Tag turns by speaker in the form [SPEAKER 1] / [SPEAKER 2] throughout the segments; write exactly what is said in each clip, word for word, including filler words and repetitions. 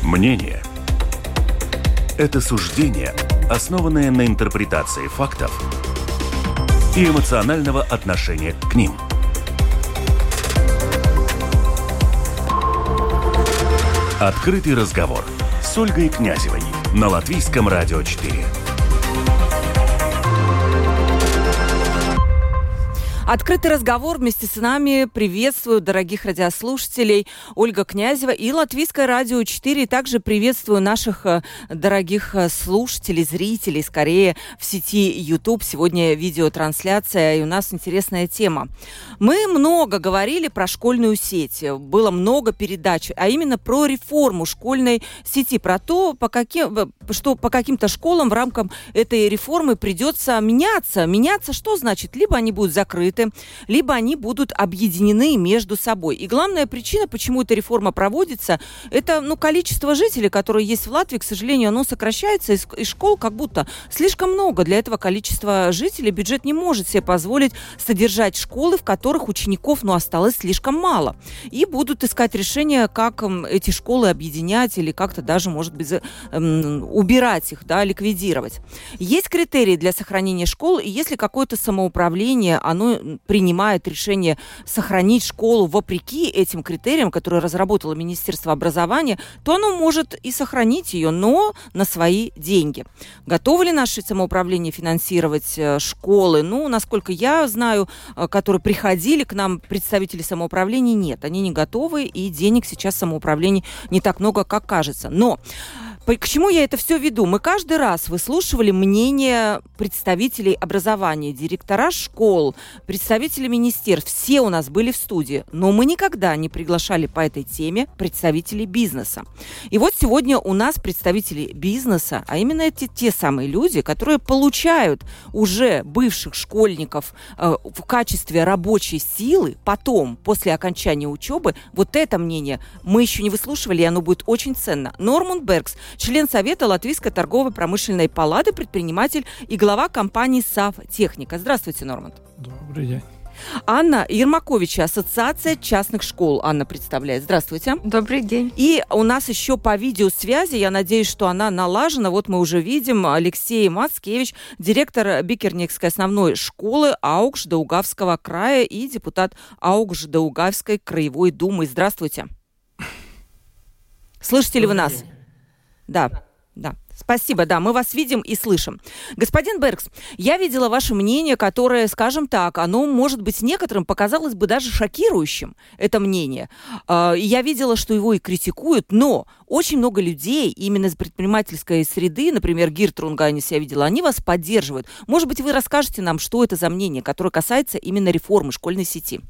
[SPEAKER 1] Мнение – это суждение, основанное на интерпретации фактов и эмоционального отношения к ним. Открытый разговор с Ольгой Князевой на Латвийском радио четыре.
[SPEAKER 2] Открытый разговор вместе с нами. Приветствую дорогих радиослушателей. Ольга Князева и Латвийское радио четыре. Также приветствую наших дорогих слушателей, зрителей, скорее, в сети YouTube. Сегодня видеотрансляция, и у нас интересная тема. Мы много говорили про школьную сеть. Было много передач, а именно про реформу школьной сети, про то, по каким, что по каким-то школам в рамках этой реформы придется меняться. Меняться что значит? Либо они будут закрыты, либо они будут объединены между собой. И главная причина, почему эта реформа проводится, это ну, количество жителей, которые есть в Латвии, к сожалению, оно сокращается, и школ как будто слишком много. Для этого количества жителей бюджет не может себе позволить содержать школы, в которых учеников ну, осталось слишком мало. И будут искать решения, как эти школы объединять или как-то даже, может быть, убирать их, да, ликвидировать. Есть критерии для сохранения школ, и если какое-то самоуправление, оно принимает решение сохранить школу вопреки этим критериям, которые разработало Министерство образования, то оно может и сохранить ее, но на свои деньги. Готовы ли наши самоуправления финансировать школы? Ну, насколько я знаю, которые приходили к нам, представители самоуправлений, нет, они не готовы, и денег сейчас самоуправлений не так много, как кажется. Но к чему я это все веду? Мы каждый раз выслушивали мнение представителей образования, директора школ, представители министерств. Все у нас были в студии, но мы никогда не приглашали по этой теме представителей бизнеса. И вот сегодня у нас представители бизнеса, а именно эти те самые люди, которые получают уже бывших школьников э, в качестве рабочей силы, потом, после окончания учебы, вот это мнение мы еще не выслушивали, и оно будет очень ценно. Нормунд Бергс, член Совета Латвийской торгово-промышленной палаты, предприниматель и глава компании «Савтехника». Здравствуйте, Нормунд.
[SPEAKER 3] Добрый день.
[SPEAKER 2] Анна Ермакович, Ассоциация частных школ. Анна представляет. Здравствуйте.
[SPEAKER 4] Добрый день.
[SPEAKER 2] И у нас еще по видеосвязи, я надеюсь, что она налажена. Вот мы уже видим Алексей Мацкевич, директор Бикерникской основной школы Аугжда-Даугавского края и депутат Аугжда-Даугавской краевой думы. Здравствуйте. Слышите ли вы нас? Да, да. Спасибо, да, мы вас видим и слышим. Господин Бергс, я видела ваше мнение, которое, скажем так, оно, может быть, некоторым показалось бы даже шокирующим, это мнение. Я видела, что его и критикуют, но очень много людей именно из предпринимательской среды, например, Гирт Рунганис, я видела, они вас поддерживают. Может быть, вы расскажете нам, что это за мнение, которое касается именно реформы школьной сети?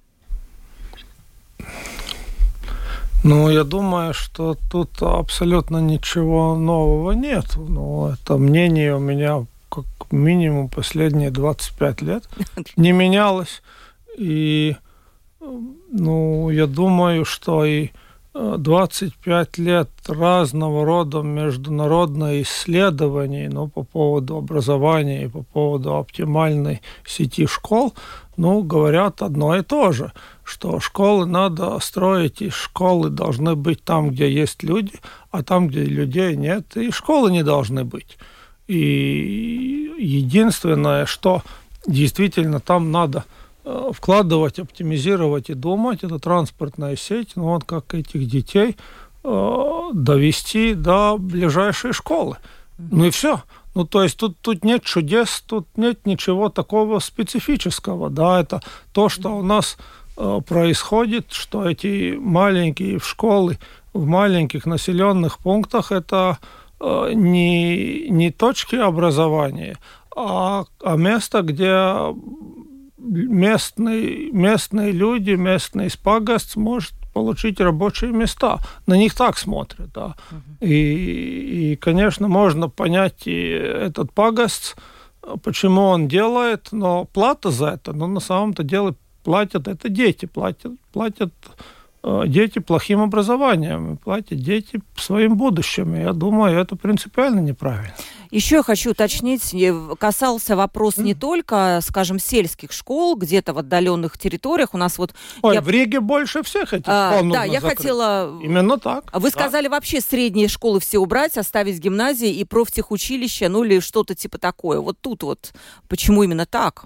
[SPEAKER 3] Ну, я думаю, что тут абсолютно ничего нового нет. Но это мнение у меня как минимум последние двадцать пять лет не менялось. И, ну, я думаю, что и двадцать пять лет разного рода международных исследований, ну, по поводу образования и по поводу оптимальной сети школ, ну, говорят одно и то же, что школы надо строить, и школы должны быть там, где есть люди, а там, где людей нет, и школы не должны быть. И единственное, что действительно там надо вкладывать, оптимизировать и думать, это транспортная сеть, ну, вот как этих детей э, довести до ближайшей школы. Mm-hmm. Ну и все. Ну, то есть тут, тут нет чудес, тут нет ничего такого специфического, да, это то, что у нас э, происходит, что эти маленькие школы в маленьких населенных пунктах, это э, не, не точки образования, а, а место, где местные, местные люди, местный спагаст может получить рабочие места. На них так смотрят, да. Uh-huh. И, и, конечно, можно понять и этот пагаст, почему он делает, но плата за это, но на самом-то деле платят это дети, платят, платят дети плохим образованием, и платят дети своим будущим. Я думаю, это принципиально неправильно.
[SPEAKER 2] Еще я хочу уточнить, касался вопрос не только, скажем, сельских школ, где-то в отдаленных территориях. У нас вот...
[SPEAKER 3] Ой,
[SPEAKER 2] я...
[SPEAKER 3] в Риге больше всех этих
[SPEAKER 2] а,
[SPEAKER 3] школ
[SPEAKER 2] Да,
[SPEAKER 3] нужно
[SPEAKER 2] я
[SPEAKER 3] закрыть.
[SPEAKER 2] хотела...
[SPEAKER 3] Именно так.
[SPEAKER 2] Вы
[SPEAKER 3] да.
[SPEAKER 2] сказали вообще средние школы все убрать, оставить гимназии и профтехучилища, ну или что-то типа такое. Вот тут вот почему именно так?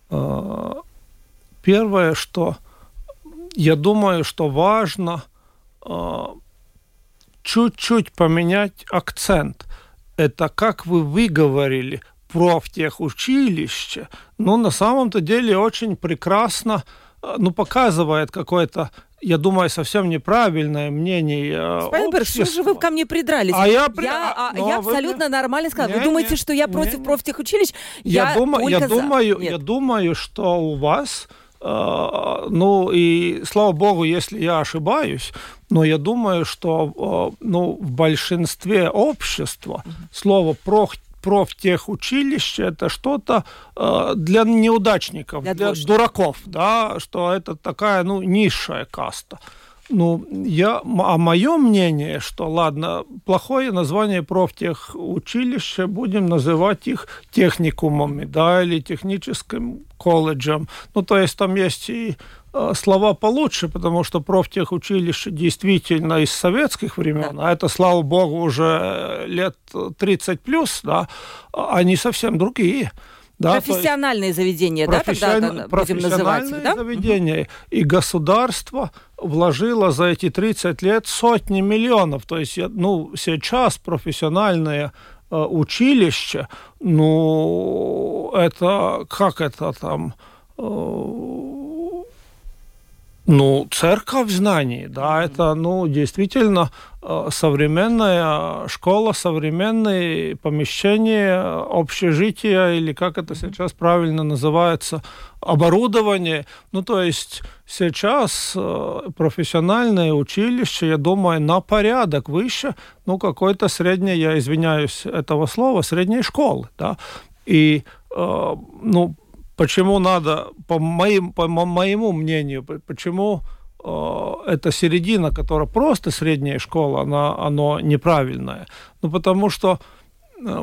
[SPEAKER 3] Первое, что я думаю, что важно чуть-чуть поменять акцент. Это как вы выговорили профтехучилище, ну, на самом-то деле очень прекрасно, ну, показывает какое-то, я думаю, совсем неправильное мнение
[SPEAKER 2] Господин Берг, что же вы ко мне придрались?
[SPEAKER 3] А я, при...
[SPEAKER 2] я, а,
[SPEAKER 3] ну,
[SPEAKER 2] я
[SPEAKER 3] а вы...
[SPEAKER 2] абсолютно нормально сказала.
[SPEAKER 3] Не,
[SPEAKER 2] вы думаете,
[SPEAKER 3] не,
[SPEAKER 2] что я
[SPEAKER 3] не,
[SPEAKER 2] против
[SPEAKER 3] не.
[SPEAKER 2] профтехучилищ?
[SPEAKER 3] Я,
[SPEAKER 2] я,
[SPEAKER 3] думаю, я, думаю,
[SPEAKER 2] за...
[SPEAKER 3] я думаю, что у вас... Ну, и слава богу, если я ошибаюсь, но я думаю, что ну, в большинстве общества слово «проф», профтехучилище – это что-то для неудачников, для, для дураков, да, что это такая, ну, низшая каста. Ну, я, а мое мнение, что, ладно, плохое название профтехучилища, будем называть их техникумами, да, или техническим колледжем. Ну, то есть там есть и э, слова получше, потому что профтехучилище действительно из советских времен, а это, слава богу, уже лет тридцать плюс, да, они совсем другие. Да,
[SPEAKER 2] профессиональные заведения, да, тогда будем называть их, да?
[SPEAKER 3] заведения. Угу. И государство вложило за эти тридцать лет сотни миллионов. То есть, ну, сейчас профессиональные э, училища, ну, это, как это там... Э, Ну, церковь знаний, да, это, ну, действительно современная школа, современные помещения, общежития, или как это сейчас правильно называется, оборудование. Ну, то есть сейчас профессиональное училище, я думаю, на порядок выше, ну, какой-то средней, я извиняюсь этого слова, средней школы, да, и, ну, почему надо, по, моим, по моему мнению, почему э, эта середина, которая просто средняя школа, она, она неправильная? Ну, потому что э,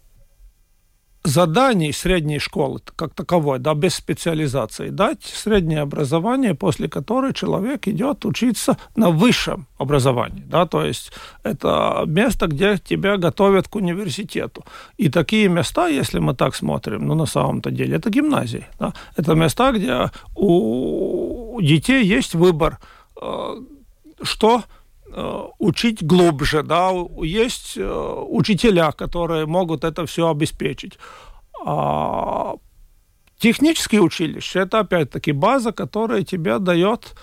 [SPEAKER 3] заданий средней школы, как таковой, да, без специализации, дать среднее образование, после которого человек идет учиться на высшем образовании, да, то есть это место, где тебя готовят к университету. И такие места, если мы так смотрим, ну, на самом-то деле, это гимназии, да, это места, где у детей есть выбор, что учить глубже, да, есть учителя, которые могут это все обеспечить. А технические училища – это опять-таки база, которая тебе дает,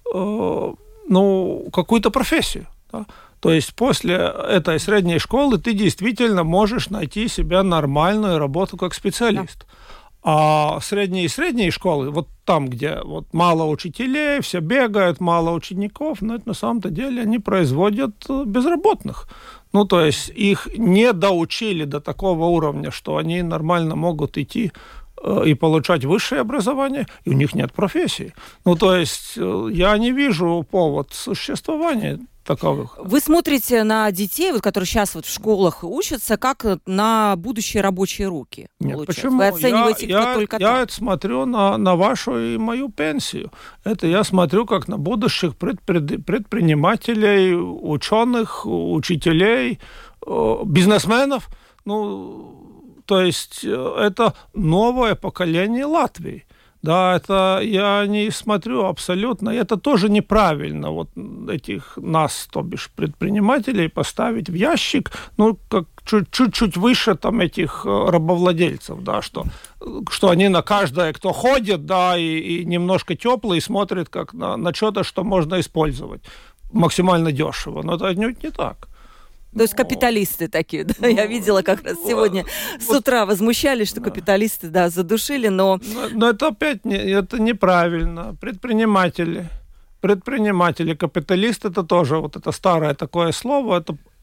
[SPEAKER 3] ну, какую-то профессию, да? То есть после этой средней школы ты действительно можешь найти себе нормальную работу как специалист. Да. А средние и средние школы, вот там, где вот мало учителей, все бегают, мало учеников, но это на самом-то деле они производят безработных. Ну, то есть их не доучили до такого уровня, что они нормально могут идти э, и получать высшее образование, и у них нет профессии. Ну, то есть э, я не вижу повод существования таковых.
[SPEAKER 2] Вы смотрите на детей, вот, которые сейчас вот в школах учатся, как на будущие рабочие руки?
[SPEAKER 3] Нет,
[SPEAKER 2] получается.
[SPEAKER 3] почему?
[SPEAKER 2] Вы оцениваете
[SPEAKER 3] я,
[SPEAKER 2] кто
[SPEAKER 3] я,
[SPEAKER 2] только
[SPEAKER 3] я
[SPEAKER 2] так?
[SPEAKER 3] смотрю на, на вашу и мою пенсию. Это я смотрю как на будущих предпред, предпринимателей, ученых, учителей, бизнесменов. Ну, то есть это новое поколение Латвии. Да, это я не смотрю абсолютно. Это тоже неправильно, вот этих нас, то бишь предпринимателей, поставить в ящик, ну, как чуть-чуть выше там этих рабовладельцев, да, что, что они на каждое, кто ходит, да, и, и немножко теплый, смотрят как на, на что-то, что можно использовать максимально дешево. Но это отнюдь не так.
[SPEAKER 2] То есть капиталисты такие, да? Ну, я видела как раз сегодня вот, с утра возмущались, что да. капиталисты, да, задушили, но...
[SPEAKER 3] Но, но это опять не, это неправильно. Предприниматели, предприниматели, капиталист, это тоже вот это старое такое слово, это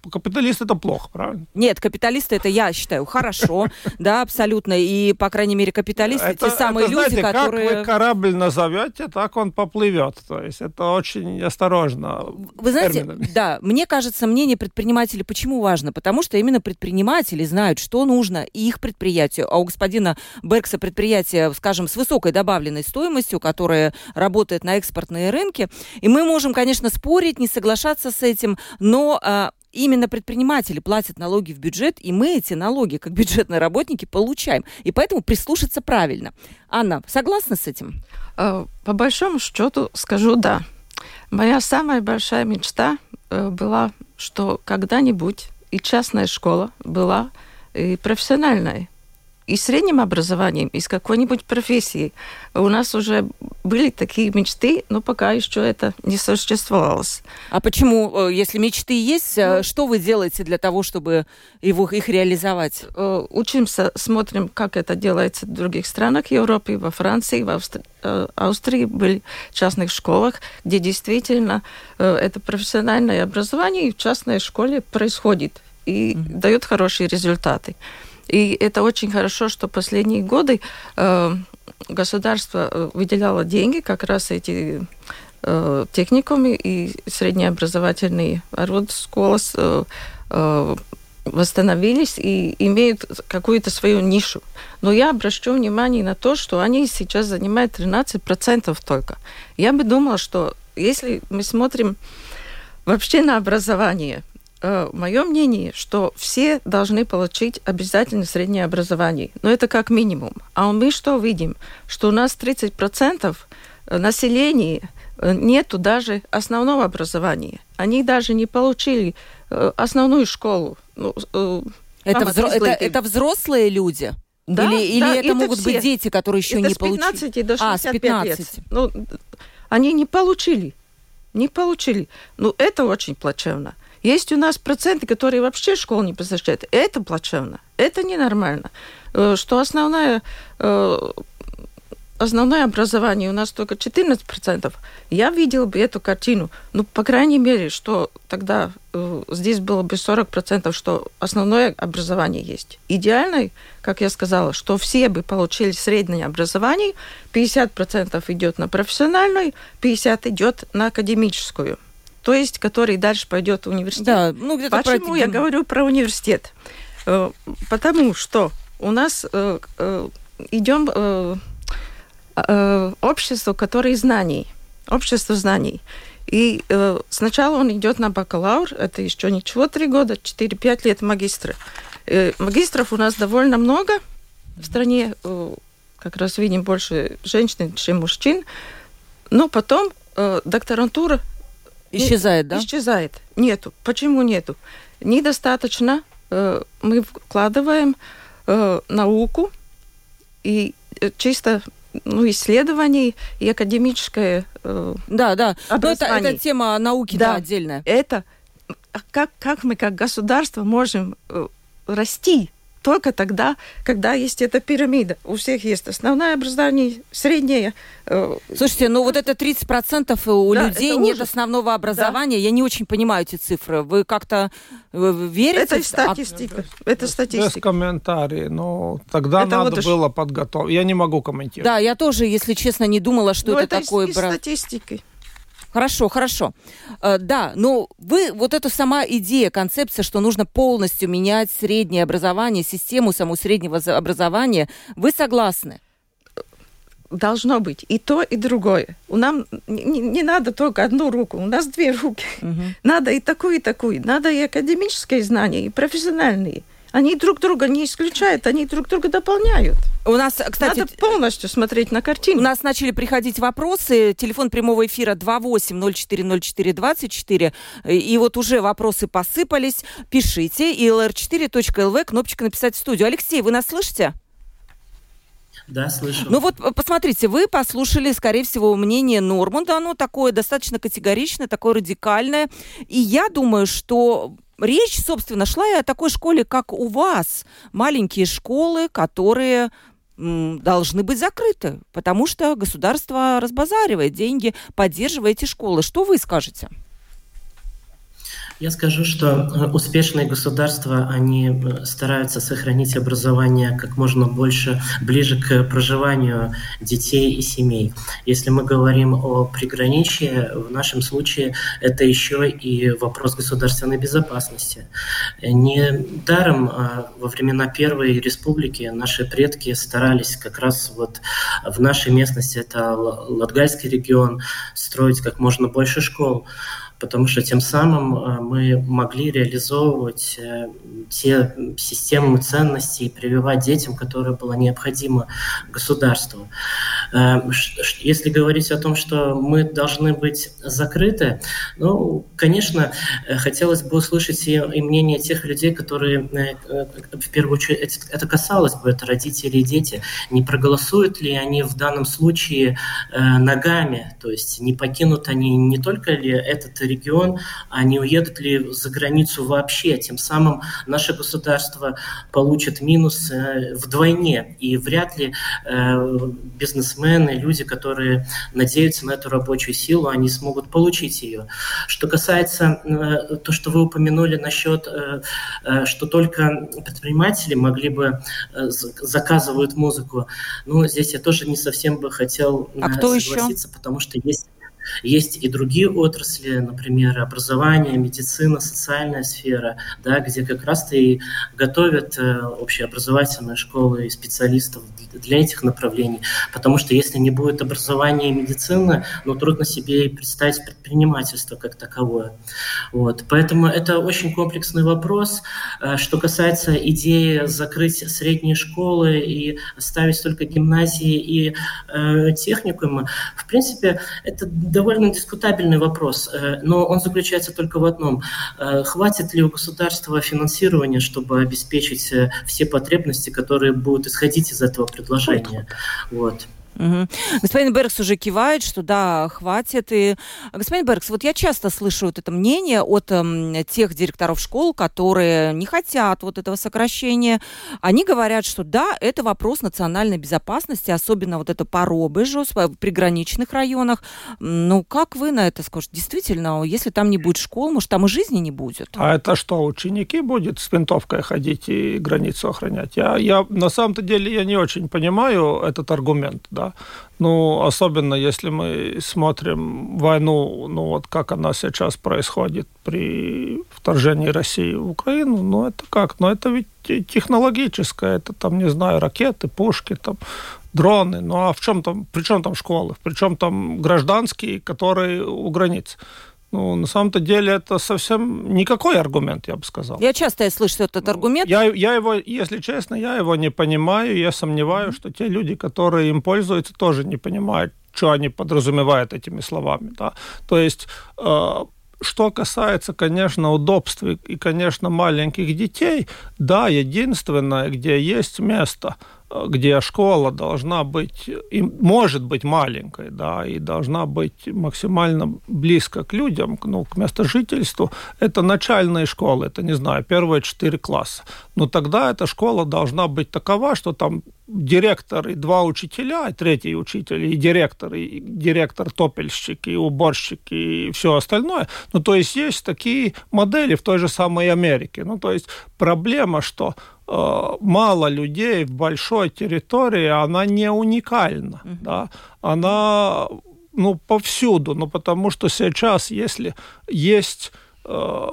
[SPEAKER 3] капиталист это плохо, правильно?
[SPEAKER 2] Нет, капиталисты это, я считаю, хорошо, да, абсолютно. И, по крайней мере, капиталисты
[SPEAKER 3] это,
[SPEAKER 2] те самые
[SPEAKER 3] это,
[SPEAKER 2] люди,
[SPEAKER 3] знаете,
[SPEAKER 2] которые...
[SPEAKER 3] как вы корабль назовете, так он поплывет. То есть это очень осторожно.
[SPEAKER 2] Вы знаете,
[SPEAKER 3] терминами.
[SPEAKER 2] да, мне кажется, мнение предпринимателей почему важно? Потому что именно предприниматели знают, что нужно их предприятию. А у господина Беркса предприятие, скажем, с высокой добавленной стоимостью, которое работает на экспортные рынки. И мы можем, конечно, спорить, не соглашаться с этим, но а, именно предприниматели платят налоги в бюджет, и мы эти налоги, как бюджетные работники, получаем. И поэтому прислушаться правильно. Анна, согласна с этим?
[SPEAKER 4] По большому счету скажу «да». Моя самая большая мечта была, что когда-нибудь и частная школа была и профессиональная, и средним образованием, и с какой-нибудь профессией. У нас уже были такие мечты, но пока еще это не существовало.
[SPEAKER 2] А почему, если мечты есть, ну, что вы делаете для того, чтобы его, их реализовать?
[SPEAKER 4] Учимся, смотрим, как это делается в других странах Европы, во Франции, в Австри... Австрии были в частных школах, где действительно это профессиональное образование и в частной школе происходит и mm-hmm. дает хорошие результаты. И это очень хорошо, что последние годы э, государство выделяло деньги, как раз эти э, техникумы и среднеобразовательные школы э, э, восстановились и имеют какую-то свою нишу. Но я обращу внимание на то, что они сейчас занимают тринадцать процентов только. Я бы думала, что если мы смотрим вообще на образование, мое мнение, что все должны получить обязательно среднее образование. Но это как минимум. А мы что видим? Что у нас тридцать процентов населения нету даже основного образования. Они даже не получили основную школу.
[SPEAKER 2] Это, взро... это, это взрослые люди?
[SPEAKER 4] Да,
[SPEAKER 2] или,
[SPEAKER 4] да,
[SPEAKER 2] или это, это могут
[SPEAKER 4] все.
[SPEAKER 2] быть дети, которые еще
[SPEAKER 4] это
[SPEAKER 2] не
[SPEAKER 4] с
[SPEAKER 2] получили?
[SPEAKER 4] пятнадцати до шестидесяти пяти
[SPEAKER 2] а,
[SPEAKER 4] лет. Ну, они не получили. Не получили. Ну, это очень плачевно. Есть у нас проценты, которые вообще школу не посещают. Это плачевно. Это ненормально. Что основное, основное образование у нас только четырнадцать процентов. Я видела бы эту картину. Ну, по крайней мере, что тогда здесь было бы сорок процентов, что основное образование есть. Идеальное, как я сказала, что все бы получили среднее образование, пятьдесят процентов идет на профессиональную, пятьдесят процентов идет на академическую. То есть, который дальше пойдет в университет.
[SPEAKER 2] Да, ну, где-то
[SPEAKER 4] Почему
[SPEAKER 2] про...
[SPEAKER 4] я говорю про университет? Потому что у нас идем общество, которое знаний, общество знаний. И сначала он идет на бакалавр, это еще ничего, три года, четыре-пять лет магистра. Магистров у нас довольно много в стране, как раз видим больше женщин, чем мужчин. Но потом докторантура
[SPEAKER 2] исчезает, да?
[SPEAKER 4] Исчезает. Нету. Почему нету? Недостаточно э, мы вкладываем э, науку и чисто ну, исследований и академическое э,
[SPEAKER 2] да, да.
[SPEAKER 4] образование.
[SPEAKER 2] Но это, это тема науки, да, да отдельная.
[SPEAKER 4] Это как, как мы как государство можем э, расти только тогда, когда есть эта пирамида. У всех есть основное образование, среднее.
[SPEAKER 2] Слушайте, ну вот это тридцать процентов у да, людей нет основного образования. Да. Я не очень понимаю эти цифры. Вы как-то верите?
[SPEAKER 4] Это статистика. А... Это статистика.
[SPEAKER 3] Без комментариев. Ну, тогда это надо вот было уж... подготовить. Я не могу комментировать.
[SPEAKER 2] Да, я тоже, если честно, не думала, что
[SPEAKER 4] ну,
[SPEAKER 2] это, это такое...
[SPEAKER 4] Это из статистики.
[SPEAKER 2] Хорошо, хорошо. Э, да, но вы, вот эта сама идея, концепция, что нужно полностью менять среднее образование, систему саму среднего образования, вы согласны?
[SPEAKER 4] Должно быть и то, и другое. У нам не, не надо только одну руку, у нас две руки. Угу. Надо и такую, и такую. Надо и академические знания, и профессиональные. Они друг друга не исключают, они друг друга дополняют.
[SPEAKER 2] У нас, кстати,
[SPEAKER 4] надо полностью смотреть на картину.
[SPEAKER 2] У нас начали приходить вопросы. Телефон прямого эфира два восемь ноль четыре ноль четыре двадцать четыре. И вот уже вопросы посыпались. Пишите. и эл эр четыре точка эл ви, кнопочка «Написать в студию». Алексей, вы нас слышите?
[SPEAKER 5] Да, слышу.
[SPEAKER 2] Ну вот, посмотрите, вы послушали, скорее всего, мнение Норманда. Оно такое достаточно категоричное, такое радикальное. И я думаю, что... Речь, собственно, шла и о такой школе, как у вас. Маленькие школы, которые м, должны быть закрыты, потому что государство разбазаривает деньги, поддерживая эти школы. Что вы скажете?
[SPEAKER 5] Я скажу, что успешные государства, они стараются сохранить образование как можно больше, ближе к проживанию детей и семей. Если мы говорим о приграничье, в нашем случае это еще и вопрос государственной безопасности. Недаром во времена Первой Республики наши предки старались как раз вот в нашей местности, это Латгальский регион, строить как можно больше школ, потому что тем самым мы могли реализовывать те системы ценностей и прививать детям, которые было необходимо государству. Если говорить о том, что мы должны быть закрыты, ну, конечно, хотелось бы услышать и, и мнение тех людей, которые, в первую очередь, это касалось бы, это родители и дети, не проголосуют ли они в данном случае ногами, то есть не покинут они не только ли этот регион, а не уедут ли за границу вообще. Тем самым наше государство получит минус э, вдвойне. И вряд ли э, бизнесмены, люди, которые надеются на эту рабочую силу, они смогут получить ее. Что касается э, то, что вы упомянули насчет, э, э, что только предприниматели могли бы э, заказывают музыку, ну, здесь я тоже не совсем бы хотел э,
[SPEAKER 2] а кто
[SPEAKER 5] согласиться,
[SPEAKER 2] еще?
[SPEAKER 5] Потому что есть Есть и другие отрасли, например, образование, медицина, социальная сфера, да, где как раз-то и готовят э, общеобразовательные школы и специалистов для этих направлений. Потому что если не будет образования и медицины, ну, трудно себе и представить предпринимательство как таковое. Вот. Поэтому это очень комплексный вопрос. Что касается идеи закрыть средние школы и оставить только гимназии и э, техникумы, в принципе, это довольно дискутабельный вопрос, но он заключается только в одном. Хватит ли у государства финансирования, чтобы обеспечить все потребности, которые будут исходить из этого предложения? Вот.
[SPEAKER 2] Угу. Господин Беркс уже кивает, что да, хватит. И, господин Беркс, вот я часто слышу вот это мнение от э, тех директоров школ, которые не хотят вот этого сокращения. Они говорят, что да, это вопрос национальной безопасности, особенно вот это по Робежу, в приграничных районах. Ну, как вы на это скажете? Действительно, если там не будет школ, может, там и жизни не будет?
[SPEAKER 3] А это что, ученики будут с винтовкой ходить и границу охранять? Я, я на самом-то деле я не очень понимаю этот аргумент, да. Ну, особенно если мы смотрим войну, ну, вот как она сейчас происходит при вторжении России в Украину, ну, это как? Ну, это ведь технологическое, это там, не знаю, ракеты, пушки, там, дроны, ну, а в чем там, при чем там школы, при чем там гражданские, которые у границ? Ну, на самом-то деле, это совсем никакой аргумент, я бы сказал.
[SPEAKER 2] Я часто слышу этот аргумент.
[SPEAKER 3] Я, я его, если честно, я его не понимаю. Я сомневаюсь, что те люди, которые им пользуются, тоже не понимают, что они подразумевают этими словами. Да? То есть, э, что касается, конечно, удобств и, конечно, маленьких детей, да, единственное, где есть место, где школа должна быть, и может быть маленькой, да, и должна быть максимально близко к людям, ну, к местожительству, это начальные школы, это, не знаю, первые четыре класса. Но тогда эта школа должна быть такова, что там директор и два учителя, и третий учитель, и директор, и директор-топельщик, и уборщик, и все остальное. Ну, то есть есть такие модели в той же самой Америке. Ну, то есть проблема, что мало людей в большой территории, она не уникальна, uh-huh. да, она, ну, повсюду, ну, потому что сейчас, если есть э,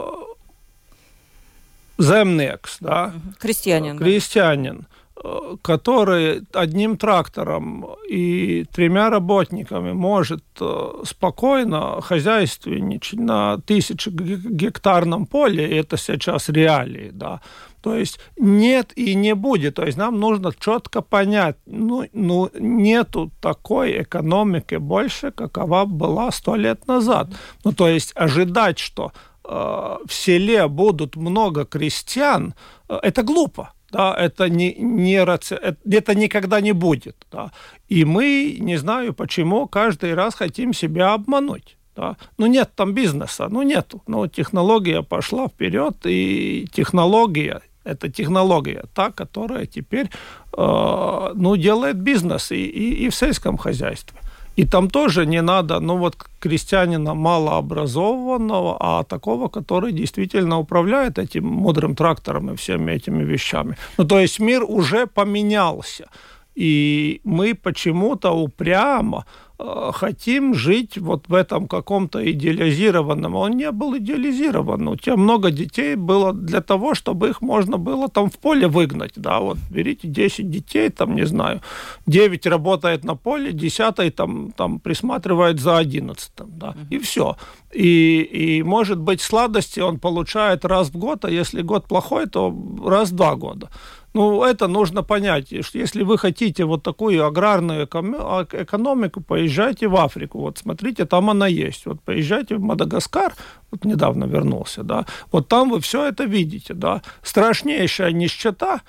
[SPEAKER 3] землекс, да,
[SPEAKER 2] uh-huh. крестьянин,
[SPEAKER 3] крестьянин, да. который одним трактором и тремя работниками может спокойно хозяйственничать на тысячегектарном поле, и это сейчас реалии, да. То есть нет и не будет. То есть нам нужно четко понять, ну, ну нету такой экономики больше, какова была сто лет назад. Ну, то есть ожидать, что э, в селе будут много крестьян, э, это глупо. Да, это, не, не, это никогда не будет. Да. И мы, не знаю почему, каждый раз хотим себя обмануть. Да. Ну, нет там бизнеса, ну, нету. Но технология пошла вперед, и технология, это технология, та, которая теперь э, ну, делает бизнес и, и, и в сельском хозяйстве. И там тоже не надо, ну вот крестьянина малообразованного, а такого, который действительно управляет этим мудрым трактором и всеми этими вещами. Ну то есть мир уже поменялся. И мы почему-то упрямо э, хотим жить вот в этом каком-то идеализированном. Он не был идеализирован. У тебя много детей было для того, чтобы их можно было там в поле выгнать. Да, вот берите десять детей, там, не знаю, девять работает на поле, десятый там, там присматривает за одиннадцатым. Да, mm-hmm. И все. И, и, может быть, сладости он получает раз в год, а если год плохой, то раз в два года. Ну, это нужно понять, что если вы хотите вот такую аграрную экономику, поезжайте в Африку, вот смотрите, там она есть, вот поезжайте в Мадагаскар, вот недавно вернулся, да, вот там вы все это видите, да, страшнейшая нищета,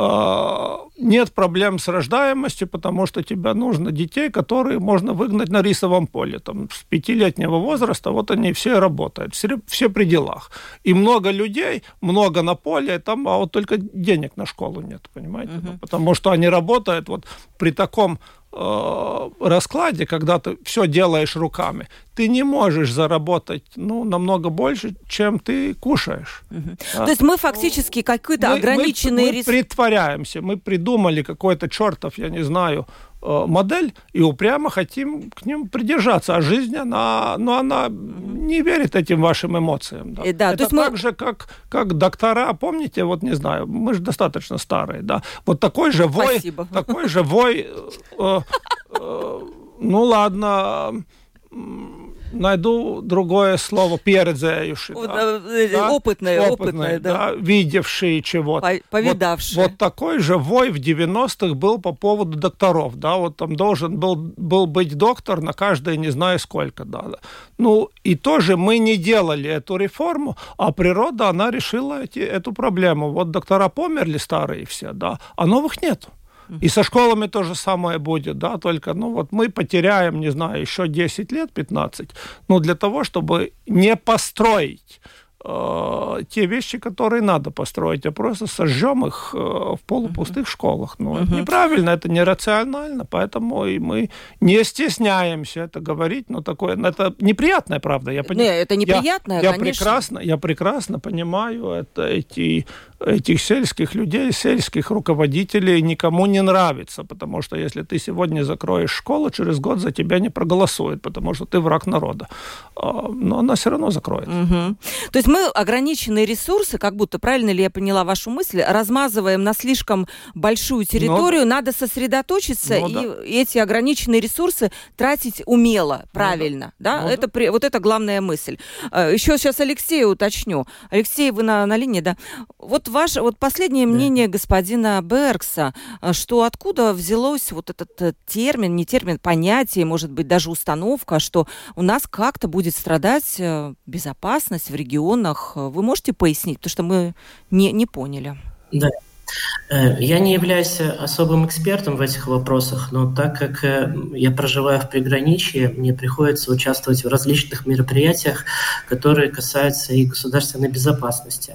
[SPEAKER 3] нет проблем с рождаемостью, потому что тебе нужно детей, которые можно выгнать на рисовом поле. Там, с пятилетнего возраста вот они все работают, все, все при делах. И много людей, много на поле, там, а вот только денег на школу нет, понимаете? Uh-huh. Потому что они работают вот при таком э, раскладе, когда ты все делаешь руками. Ты не можешь заработать ну, намного больше, чем ты кушаешь. Uh-huh. Да?
[SPEAKER 2] То есть мы фактически какой-то
[SPEAKER 3] мы,
[SPEAKER 2] ограниченный...
[SPEAKER 3] Мы, мы притворяемся, мы придумали какой-то чертов, я не знаю, модель, и упрямо хотим к ним придержаться. А жизнь, она, ну, она не верит этим вашим эмоциям. Да?
[SPEAKER 2] Да,
[SPEAKER 3] это
[SPEAKER 2] то
[SPEAKER 3] так
[SPEAKER 2] мы...
[SPEAKER 3] же, как, как доктора, помните, вот не знаю, мы же достаточно старые, да, вот такой же вой,
[SPEAKER 2] Спасибо.
[SPEAKER 3] такой же вой, э, э, ну ладно, найду другое слово, передзеющий. Да?
[SPEAKER 2] Да? Опытные, опытные, да.
[SPEAKER 3] да. Видевшие чего-то.
[SPEAKER 2] Повидавшие.
[SPEAKER 3] Вот, вот такой же вой в девяностых был по поводу докторов. Да? Вот там должен был, был быть доктор на каждое не знаю сколько. Да. Ну, и тоже мы не делали эту реформу, а природа, она решила эти, эту проблему. Вот доктора померли старые все, да, а новых нету. И со школами то же самое будет, да, только, ну, вот мы потеряем, не знаю, еще десять лет, пятнадцать, ну, для того, чтобы не построить э, те вещи, которые надо построить, а просто сожжем их э, в полупустых uh-huh. школах. Ну, uh-huh. это неправильно, это нерационально, поэтому и мы не стесняемся это говорить, но такое, это неприятная правда. Я пони...
[SPEAKER 2] Нет, это неприятное,
[SPEAKER 3] я, я
[SPEAKER 2] конечно.
[SPEAKER 3] Прекрасно, я прекрасно понимаю это, эти... этих сельских людей, сельских руководителей никому не нравится, потому что если ты сегодня закроешь школу, через год за тебя не проголосуют, потому что ты враг народа. Но она все равно закроет.
[SPEAKER 2] Угу. То есть мы ограниченные ресурсы, как будто, правильно ли я поняла вашу мысль, размазываем на слишком большую территорию, Но... надо сосредоточиться
[SPEAKER 3] Ну,
[SPEAKER 2] и
[SPEAKER 3] да.
[SPEAKER 2] эти ограниченные ресурсы тратить умело, правильно. Ну, да. Да? Ну, это, да. Вот это главная мысль. Еще сейчас Алексея уточню. Алексей, вы на, на линии, да? Вот ваше вот последнее мнение да. господина Беркса, что откуда взялось вот этот термин, не термин, понятие, может быть, даже установка, что у нас как-то будет страдать безопасность в регионах. Вы можете пояснить? Потому что мы не, не поняли.
[SPEAKER 5] Да. Я не являюсь особым экспертом в этих вопросах, но так как я проживаю в приграничье, мне приходится участвовать в различных мероприятиях, которые касаются и государственной безопасности.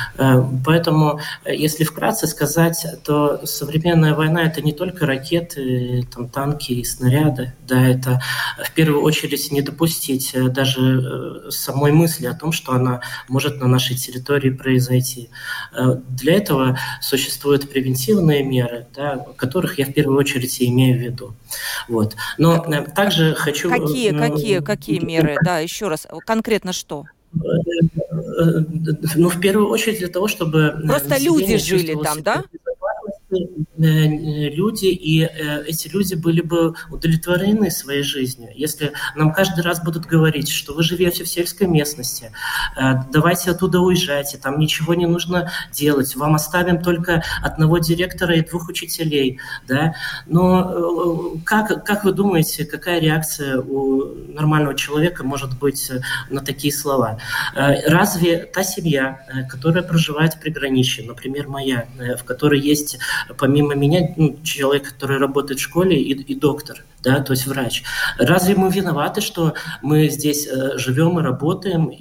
[SPEAKER 5] Поэтому, если вкратце сказать, то современная война – это не только ракеты, там, танки и снаряды. Да, это в первую очередь не допустить даже самой мысли о том, что она может на нашей территории произойти. Для этого существует Существуют превентивные меры, да, которых я в первую очередь и имею в виду. Вот. Но как, также хочу...
[SPEAKER 2] Какие, ну, какие, какие меры? Да, еще раз, конкретно что?
[SPEAKER 5] Ну, в первую очередь для того, чтобы...
[SPEAKER 2] Просто люди жили там, да?
[SPEAKER 5] Люди, и эти люди были бы удовлетворены своей жизнью. Если нам каждый раз будут говорить, что вы живете в сельской местности, давайте оттуда уезжайте, там ничего не нужно делать, вам оставим только одного директора и двух учителей, да? Но как, как вы думаете, какая реакция у нормального человека может быть на такие слова? Разве та семья, которая проживает в приграничье, например, моя, в которой есть помимо меня ну, человек, который работает в школе, и, и доктор, да, то есть врач. Разве мы виноваты, что мы здесь э, живем и работаем, и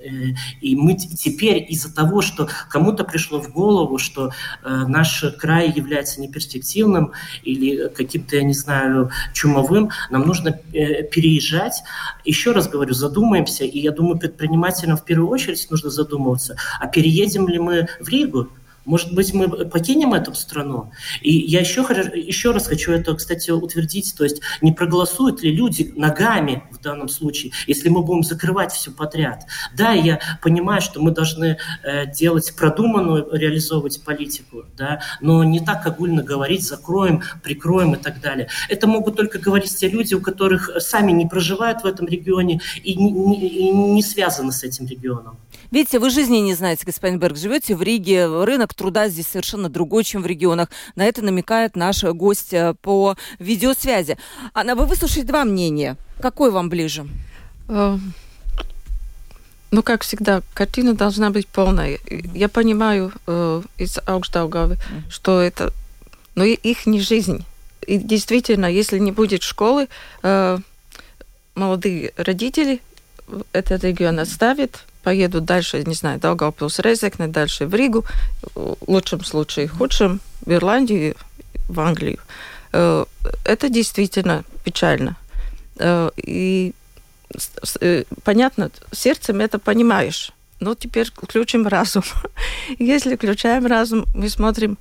[SPEAKER 5] И мы теперь из-за того, что кому-то пришло в голову, что наш край является неперспективным или каким-то, я не знаю, чумовым, нам нужно переезжать. Еще раз говорю, задумаемся, и я думаю, предпринимателям в первую очередь нужно задумываться, а переедем ли мы в Ригу? Может быть, мы покинем эту страну? И я еще, еще раз хочу это, кстати, утвердить. То есть не проголосуют ли люди ногами в данном случае, если мы будем закрывать все подряд? Да, я понимаю, что мы должны э, делать продуманную, реализовывать политику, да, но не так огульно говорить, закроем, прикроем и так далее. Это могут только говорить те люди, у которых сами не проживают в этом регионе и не, не, и не связаны с этим регионом.
[SPEAKER 2] Видите, вы жизни не знаете, господин Берг. Живете в Риге, рынок труда здесь совершенно другой, чем в регионах. На это намекает наш гость по видеосвязи. Анна, вы выслушаете два мнения. Какое вам ближе?
[SPEAKER 4] Ну, как всегда, картина должна быть полная. Я понимаю э, из Аugstdaugavы, что это, но их не жизнь. И действительно, если не будет школы, э, молодые родители этот регион оставят, поедут дальше, не знаю, Даугавпилс, Резекне, дальше в Ригу, в лучшем случае, в худшем, в Ирландию, в Англию. Это действительно печально. И понятно, сердцем это понимаешь. Но теперь включим разум. Если включаем разум, мы смотрим...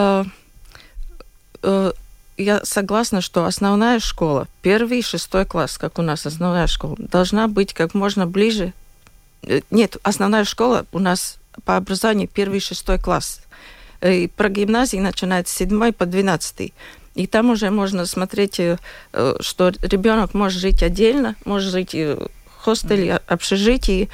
[SPEAKER 4] Я согласна, что основная школа, первый и шестой класс, как у нас основная школа, должна быть как можно ближе. Нет, основная школа у нас по образованию первый и шестой класс. И про гимназии начинается с седьмой по двенадцатый. И там уже можно смотреть, что ребенок может жить отдельно, может жить в хостеле, общежитии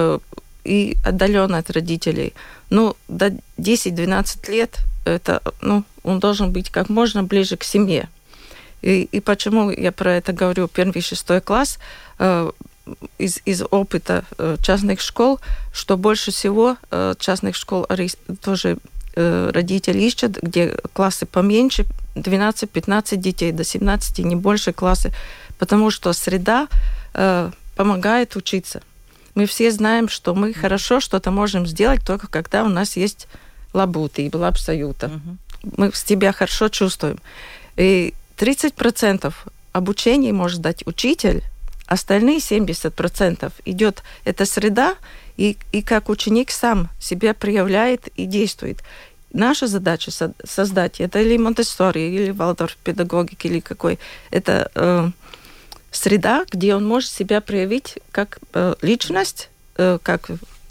[SPEAKER 4] и отдаленно от родителей. Ну, до десять-двенадцать лет это, ну, он должен быть как можно ближе к семье. И, и почему я про это говорю, первый и шестой класс, э, из, из опыта э, частных школ, что больше всего э, частных школ тоже э, родители ищут, где классы поменьше, двенадцать-пятнадцать детей, до семнадцати, не больше классы, потому что среда э, помогает учиться. Мы все знаем, что мы хорошо что-то можем сделать только когда у нас есть лабуты и лабсаюта. Uh-huh. Мы себя хорошо чувствуем. И тридцать процентов обучения может дать учитель, остальные семьдесят процентов идет эта среда, и, и как ученик сам себя проявляет и действует. Наша задача со- создать это или Монтессори, или Валдорф-педагогик, или какой. Это э, среда, где он может себя проявить как э, личность, э, как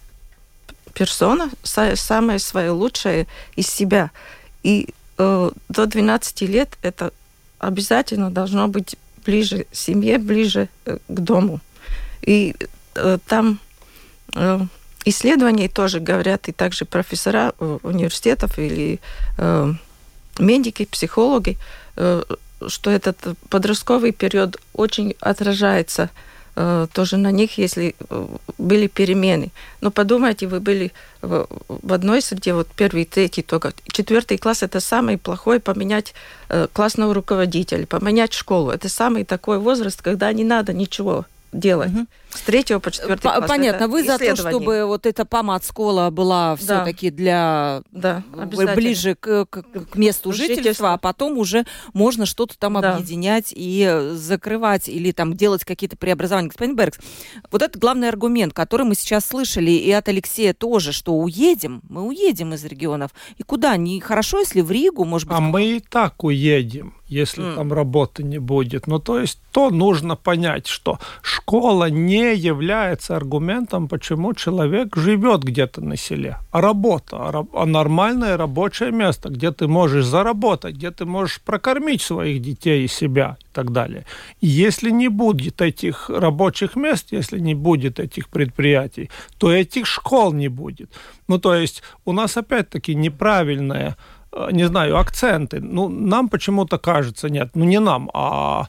[SPEAKER 4] персона, самое свое лучшее из себя. И э, до двенадцати лет это обязательно должно быть ближе к семье, ближе э, к дому. И э, там э, исследования тоже говорят, и также профессора э, университетов или э, медики, психологи, э, что этот подростковый период очень отражается тоже на них, если были перемены. Но подумайте, вы были в, в одной среде, вот первый, третий только. Четвертый класс – это самый плохой, поменять э, классного руководителя, поменять школу. Это самый такой возраст, когда не надо ничего делать. Угу. С третьего по четвертый класс.
[SPEAKER 2] Понятно. Вы за то, чтобы вот эта помадскола была
[SPEAKER 4] да.
[SPEAKER 2] все-таки для
[SPEAKER 4] да,
[SPEAKER 2] ближе к, к, к месту жительства, жительства, а потом уже можно что-то там да. объединять и закрывать или там делать какие-то преобразования. Господин Беркс, вот это главный аргумент, который мы сейчас слышали и от Алексея тоже, что уедем, мы уедем из регионов. И куда? Не хорошо, если в Ригу, может быть...
[SPEAKER 3] А мы и так уедем, если mm. там работы не будет. Ну, то есть, то нужно понять, что школа не является аргументом, почему человек живет где-то на селе. А работа, а нормальное рабочее место, где ты можешь заработать, где ты можешь прокормить своих детей и себя и так далее. И если не будет этих рабочих мест, если не будет этих предприятий, то этих школ не будет. Ну, то есть, у нас опять-таки неправильное, не знаю, акценты. Ну, нам почему-то кажется, нет, ну, не нам, а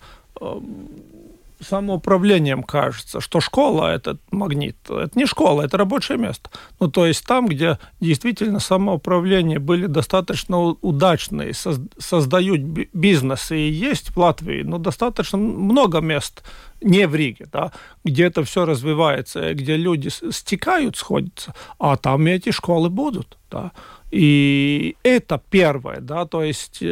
[SPEAKER 3] самоуправлением кажется, что школа – это магнит. Это не школа, это рабочее место. Ну, то есть там, где действительно самоуправление были достаточно удачные, создают бизнесы и есть в Латвии, но достаточно много мест, не в Риге, да, где это все развивается, где люди стекают, сходятся, а там эти школы будут, да. И это первое, да, то есть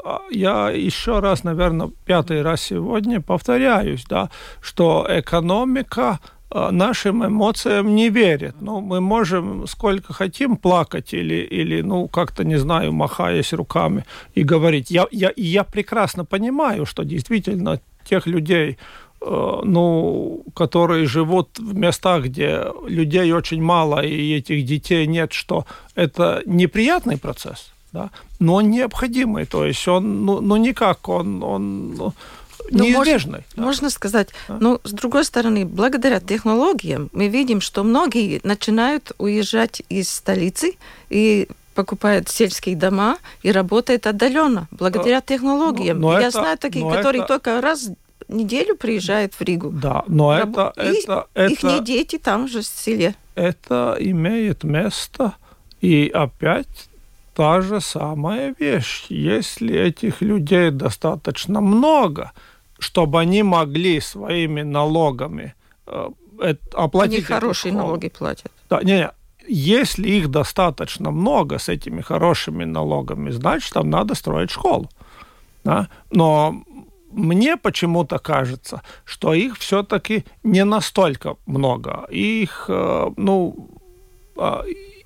[SPEAKER 3] я еще раз, наверное, пятый раз сегодня повторяюсь, да, что экономика нашим эмоциям не верит. Ну, мы можем сколько хотим плакать или, или ну, как-то, не знаю, махаясь руками и говорить. Я, я, я прекрасно понимаю, что действительно тех людей, э, ну, которые живут в местах, где людей очень мало и этих детей нет, что это неприятный процесс, да, но он необходимый. То есть он, ну, ну никак, он... он ну, неизбежной.
[SPEAKER 4] Можно, да. можно сказать, да. Но с другой стороны, благодаря технологиям мы видим, что многие начинают уезжать из столицы и покупают сельские дома и работают отдаленно, благодаря технологиям. Но, но Я это, знаю таких, которые это... только раз в неделю приезжают в Ригу.
[SPEAKER 3] Да, но Раб... это...
[SPEAKER 4] И
[SPEAKER 3] это,
[SPEAKER 4] их
[SPEAKER 3] это
[SPEAKER 4] дети там же в селе.
[SPEAKER 3] Это имеет место, и опять та же самая вещь. Если этих людей достаточно много, чтобы они могли своими налогами э, оплатить...
[SPEAKER 4] Они хорошие школу. Налоги платят.
[SPEAKER 3] Да, не, не. Если их достаточно много с этими хорошими налогами, значит, там надо строить школу. Да? Но мне почему-то кажется, что их все-таки не настолько много. Их, э, ну... Э,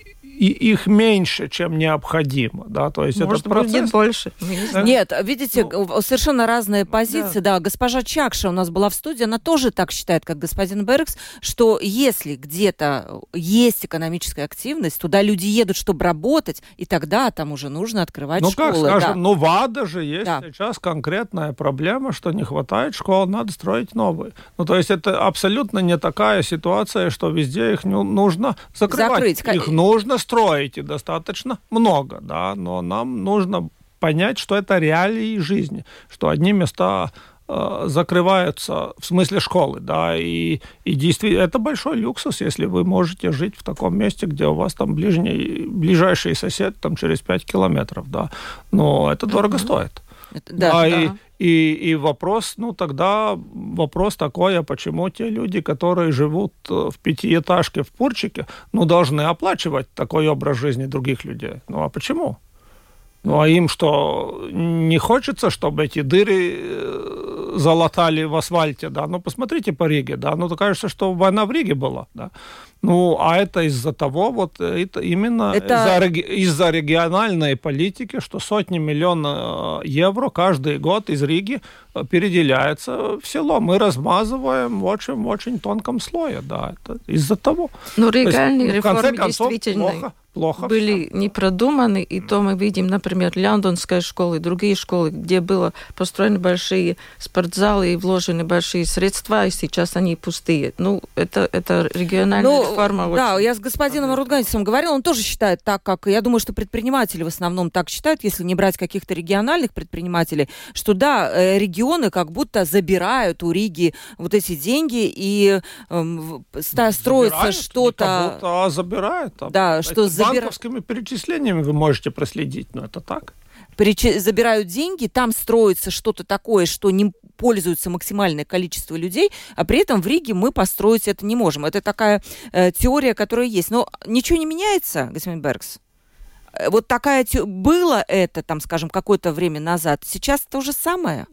[SPEAKER 3] и их меньше, чем необходимо, да, то есть
[SPEAKER 4] может
[SPEAKER 3] этот процесс...
[SPEAKER 4] быть, больше.
[SPEAKER 2] Да? Нет, видите, ну, совершенно разные позиции, да. да. Госпожа Чакша у нас была в студии, она тоже так считает, как господин Беркс, что если где-то есть экономическая активность, туда люди едут, чтобы работать, и тогда там уже нужно открывать
[SPEAKER 3] ну,
[SPEAKER 2] школы.
[SPEAKER 3] Ну, как скажем,
[SPEAKER 2] да.
[SPEAKER 3] ну, в АДА же есть
[SPEAKER 2] да.
[SPEAKER 3] сейчас конкретная проблема, что не хватает школ, надо строить новые. Ну, то есть это абсолютно не такая ситуация, что везде их нужно закрывать. Закрыть. Их нужно строить, и достаточно много, да, но нам нужно понять, что это реалии жизни, что одни места э, закрываются, в смысле школы, да, и, и действительно, это большой люксус, если вы можете жить в таком месте, где у вас там ближний, ближайший сосед там через пять километров, да, но это дорого mm-hmm. стоит. Это, да, да, и, да. И, и вопрос, ну, тогда вопрос такой, а почему те люди, которые живут в пятиэтажке в Пурчике, ну, должны оплачивать такой образ жизни других людей? Ну, а почему? Ну, а им что, не хочется, чтобы эти дыры залатали в асфальте, да? Ну, посмотрите по Риге, да? Ну, то кажется, что война в Риге была, да? Ну, а это из-за того, вот это именно это... Из-за, из-за региональной политики, что сотни миллионов евро каждый год из Риги переделяется в село. Мы размазываем в очень, в очень тонком слое, да, это из-за того.
[SPEAKER 4] Ну, региональные есть, реформы
[SPEAKER 3] концов,
[SPEAKER 4] действительно
[SPEAKER 3] плохо, плохо
[SPEAKER 4] были все. Не продуманы, и то мы видим, например, Лондонская школа и другие школы, где было построены большие спортзалы и вложены большие средства, и сейчас они пустые. Ну, это, это региональная ну, реформа.
[SPEAKER 2] Да,
[SPEAKER 4] очень...
[SPEAKER 2] я с господином Рудганисом говорила, он тоже считает так, как... Я думаю, что предприниматели в основном так считают, если не брать каких-то региональных предпринимателей, что да, регионы как будто забирают у Риги вот эти деньги и э, строится что-то...
[SPEAKER 3] Как будто, а забирают. А
[SPEAKER 2] да, что забирают.
[SPEAKER 3] Банковскими перечислениями вы можете проследить, но это так.
[SPEAKER 2] Переч... Забирают деньги, там строится что-то такое, что не пользуется максимальное количество людей, а при этом в Риге мы построить это не можем. Это такая э, теория, которая есть. Но ничего не меняется, господин Беркс? Вот такая те... было это, там, скажем, какое-то время назад. Сейчас то же самое?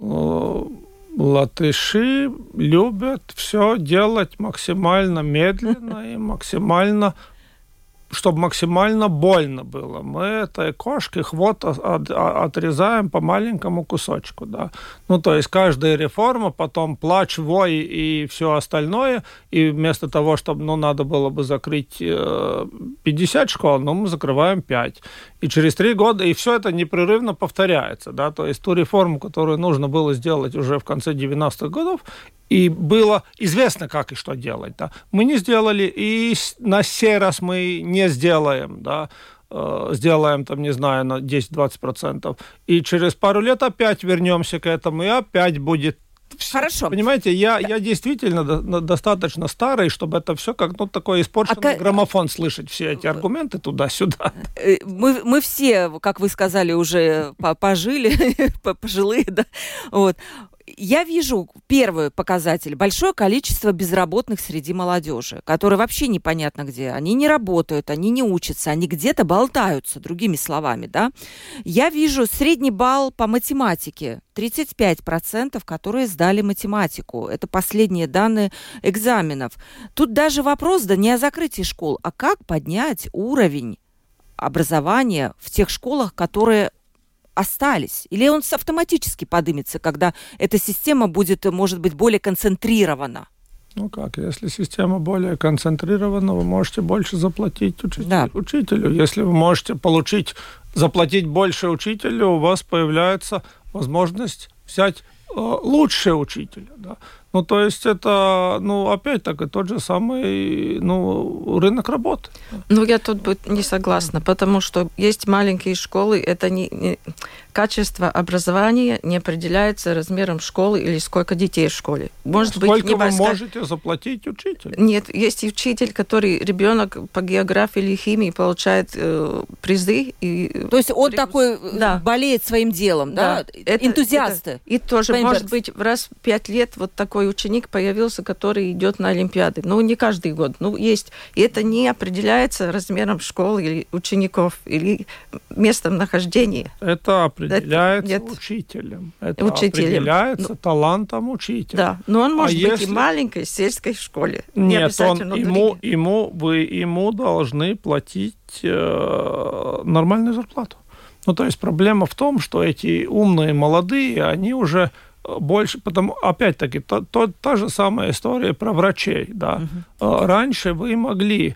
[SPEAKER 3] Латыши любят все делать максимально медленно и максимально... чтобы максимально больно было. Мы этой кошке хвост от, отрезаем по маленькому кусочку, да. Ну, то есть каждая реформа, потом плач, вой и все остальное, и вместо того, чтобы, ну, надо было бы закрыть э, пятьдесят школ, ну, мы закрываем пять. И через три года, и все это непрерывно повторяется, да, то есть ту реформу, которую нужно было сделать уже в конце девяностых годов, и было известно, как и что делать. Да. Мы не сделали, и на сей раз мы не сделаем, да, э, сделаем, там, не знаю, на десять-двадцать процентов. И через пару лет опять вернемся к этому, и опять будет все.
[SPEAKER 2] Хорошо.
[SPEAKER 3] Понимаете, я, я действительно до, достаточно старый, чтобы это все как, ну, такой испорченный а граммофон к... слышать, все эти аргументы туда-сюда.
[SPEAKER 2] Мы, мы все, как вы сказали, уже пожили, пожилые, да, вот. Я вижу первый показатель – большое количество безработных среди молодежи, которые вообще непонятно где. Они не работают, они не учатся, они где-то болтаются, другими словами, да. Я вижу средний балл по математике – тридцать пять процентов, которые сдали математику. Это последние данные экзаменов. Тут даже вопрос, да не о закрытии школ, а как поднять уровень образования в тех школах, которые остались? Или он автоматически поднимется, когда эта система будет, может быть, более концентрирована?
[SPEAKER 3] Ну как, если система более концентрирована, вы можете больше заплатить учителю.
[SPEAKER 2] Да.
[SPEAKER 3] учителю. Если вы можете получить, заплатить больше учителю, у вас появляется возможность взять э, лучшего учителя. Да? Ну, то есть это, ну, опять-таки, тот же самый, ну, рынок работы.
[SPEAKER 4] Ну, я тут бы не согласна, потому что есть маленькие школы, это не, не качество образования не определяется размером школы или сколько детей в школе. Может
[SPEAKER 3] Сколько
[SPEAKER 4] быть,
[SPEAKER 3] вы можете заплатить учителю?
[SPEAKER 4] Нет, есть учитель, который, ребенок по географии или химии получает э, призы. И...
[SPEAKER 2] То есть он
[SPEAKER 4] При...
[SPEAKER 2] такой
[SPEAKER 4] да.
[SPEAKER 2] болеет своим делом, да? да?
[SPEAKER 4] Это,
[SPEAKER 2] Энтузиасты.
[SPEAKER 4] Это... И тоже,
[SPEAKER 2] Фейнберг.
[SPEAKER 4] Может быть, раз в пять лет вот такой ученик появился, который идет на Олимпиады. Ну, не каждый год, ну, есть. И это не определяется размером школы или учеников, или местом нахождения.
[SPEAKER 3] Это определяется
[SPEAKER 4] это...
[SPEAKER 3] учителем. Это
[SPEAKER 4] учителем.
[SPEAKER 3] определяется
[SPEAKER 4] ну,
[SPEAKER 3] талантом учителя.
[SPEAKER 4] Да, но он может
[SPEAKER 3] а
[SPEAKER 4] быть
[SPEAKER 3] если...
[SPEAKER 4] и в маленькой сельской школе.
[SPEAKER 3] Нет,
[SPEAKER 4] не
[SPEAKER 3] он, ему, ему, вы ему должны платить э, нормальную зарплату. Ну, то есть проблема в том, что эти умные молодые, они уже больше, потому, опять-таки, то, то, та же самая история про врачей, да. Uh-huh. Раньше вы могли,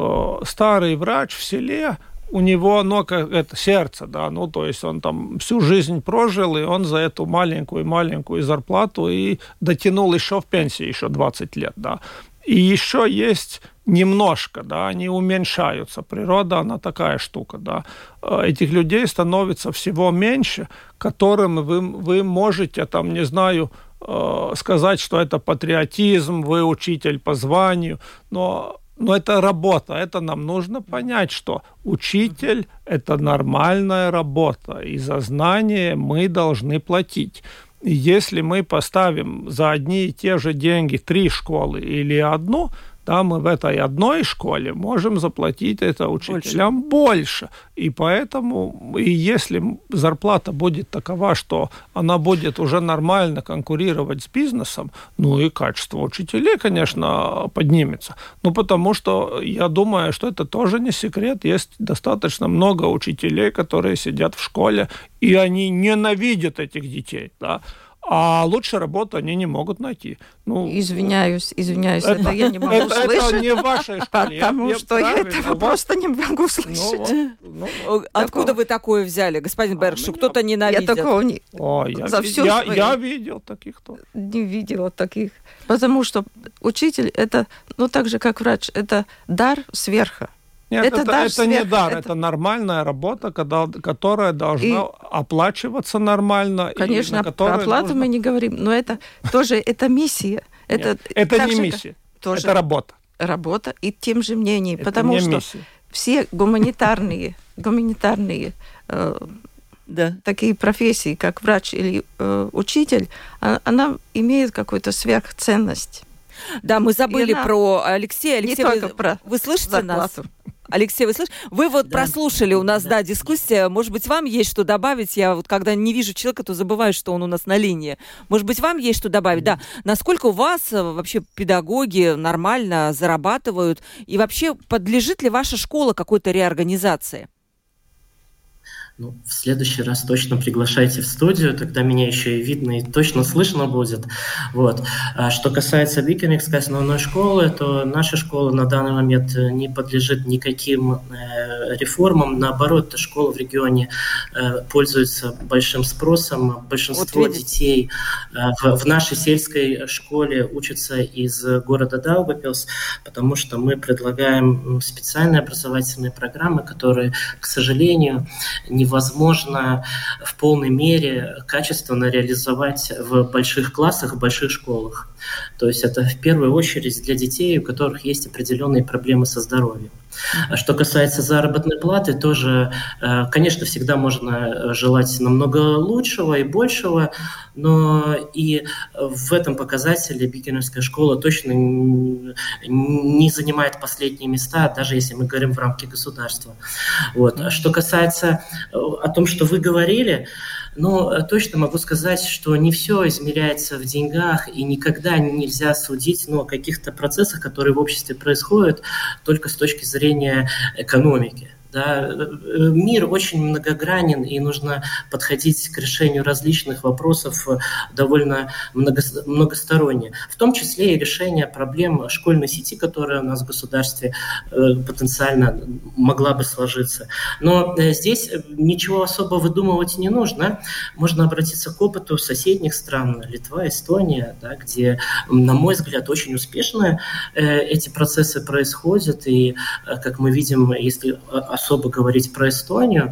[SPEAKER 3] старый врач в селе, у него, ну, как это, сердце, да, ну, то есть он там всю жизнь прожил, и он за эту маленькую-маленькую зарплату и дотянул еще в пенсии, еще двадцать лет, да. И еще есть немножко, да, они уменьшаются. Природа, она такая штука, да. Этих людей становится всего меньше, которым вы, вы можете, там, не знаю, сказать, что это патриотизм, вы учитель по званию, но, но это работа, это нам нужно понять, что учитель – это нормальная работа, и за знания мы должны платить. И если мы поставим за одни и те же деньги три школы или одну, да, мы в этой одной школе можем заплатить это учителям больше. больше. И поэтому, и если зарплата будет такова, что она будет уже нормально конкурировать с бизнесом, ну и качество учителей, конечно, поднимется. Ну, потому что я думаю, что это тоже не секрет. Есть достаточно много учителей, которые сидят в школе, и они ненавидят этих детей, да. А лучше работу они не могут найти. Ну,
[SPEAKER 4] извиняюсь, извиняюсь, это, это я не могу
[SPEAKER 3] это,
[SPEAKER 4] слышать.
[SPEAKER 3] Это не в вашей школе.
[SPEAKER 4] Потому я, что я этого просто не могу слышать.
[SPEAKER 2] Ну, ну, ну, откуда вы такое взяли, господин Берг, что кто-то ненавидит?
[SPEAKER 4] Я такого не...
[SPEAKER 3] О, я,
[SPEAKER 4] За всю
[SPEAKER 3] я,
[SPEAKER 4] свою...
[SPEAKER 3] я видел таких тоже.
[SPEAKER 4] Не видела таких. Потому что учитель, это, ну, так же, как врач, это дар сверху.
[SPEAKER 3] Нет,
[SPEAKER 4] это,
[SPEAKER 3] это,
[SPEAKER 4] дар
[SPEAKER 3] это
[SPEAKER 4] сверх,
[SPEAKER 3] не дар, это... это нормальная работа, когда, которая должна и... оплачиваться нормально.
[SPEAKER 4] Конечно,
[SPEAKER 3] и
[SPEAKER 4] про оплату нужно... мы не говорим, но это тоже это миссия. Это,
[SPEAKER 3] Нет, это не миссия, тоже это работа.
[SPEAKER 4] Работа и тем же мнением,
[SPEAKER 3] это
[SPEAKER 4] потому что
[SPEAKER 3] миссия.
[SPEAKER 4] Все гуманитарные, гуманитарные э, да. такие профессии, как врач или э, учитель, она имеет какую-то сверхценность.
[SPEAKER 2] Да, мы забыли
[SPEAKER 4] она...
[SPEAKER 2] про Алексея. Алексей,
[SPEAKER 4] вы,
[SPEAKER 2] про вы слышите
[SPEAKER 4] зарплату.
[SPEAKER 2] Нас? Алексей, вы слышите? Вы вот да. прослушали у нас, да. да, дискуссия. Может быть, вам есть что добавить? Я вот когда не вижу человека, то забываю, что он у нас на линии. Может быть, вам есть что добавить? Да. да. Насколько у вас вообще педагоги нормально зарабатывают? И вообще, подлежит ли ваша школа какой-то реорганизации?
[SPEAKER 5] Ну, в следующий раз точно приглашайте в студию, тогда меня еще и видно, и точно слышно будет. Вот. А что касается Бикамикской основной школы, то наша школа на данный момент не подлежит никаким э, реформам. Наоборот, эта школа в регионе э, пользуется большим спросом. Большинство вот детей э, в, в нашей сельской школе учатся из города Даугавпилс, потому что мы предлагаем специальные образовательные программы, которые, к сожалению, не невозможно в полной мере качественно реализовать в больших классах, в больших школах. То есть это в первую очередь для детей, у которых есть определенные проблемы со здоровьем. Что касается заработной платы, тоже, конечно, всегда можно желать намного лучшего и большего, но и в этом показателе Бикиневская школа точно не занимает последние места, даже если мы говорим в рамке государства. Вот. Что касается о том, что вы говорили, ну, точно могу сказать, что не все измеряется в деньгах, и никогда нельзя судить ну, о каких-то процессах, которые в обществе происходят, только с точки зрения экономики. Да, мир очень многогранен, и нужно подходить к решению различных вопросов довольно много, многосторонне. В том числе и решение проблем школьной сети, которая у нас в государстве потенциально могла бы сложиться. Но здесь ничего особо выдумывать не нужно. Можно обратиться к опыту соседних стран, Литва, Эстония, да, где, на мой взгляд, очень успешно эти процессы происходят. И, как мы видим, если особо говорить про Эстонию,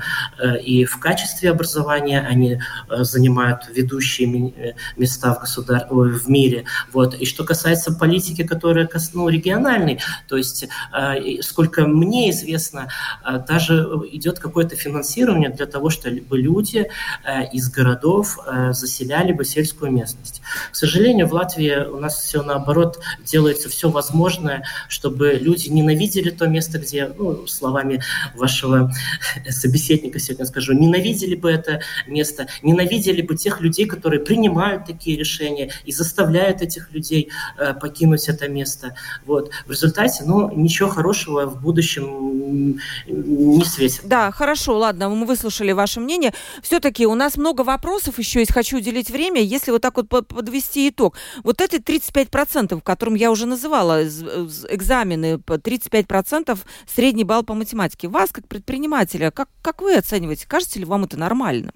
[SPEAKER 5] и в качестве образования они занимают ведущие места в, государ... в мире. Вот. И что касается политики, которая ну, региональной, то есть, сколько мне известно, даже идет какое-то финансирование для того, чтобы люди из городов заселяли бы сельскую местность. К сожалению, в Латвии у нас все наоборот, делается все возможное, чтобы люди ненавидели то место, где, ну, словами вашего собеседника сегодня скажу, ненавидели бы это место, ненавидели бы тех людей, которые принимают такие решения и заставляют этих людей э, покинуть это место. Вот. В результате, ну, ничего хорошего в будущем не светит.
[SPEAKER 2] Да, хорошо, ладно, мы выслушали ваше мнение. Все-таки у нас много вопросов еще есть, хочу уделить время. Если вот так вот подвести итог. Вот эти тридцать пять процентов, которым я уже называла, экзамены, тридцать пять процентов средний балл по математике. Вас, как предпринимателя, как, как вы оцениваете? Кажется ли вам это нормальным?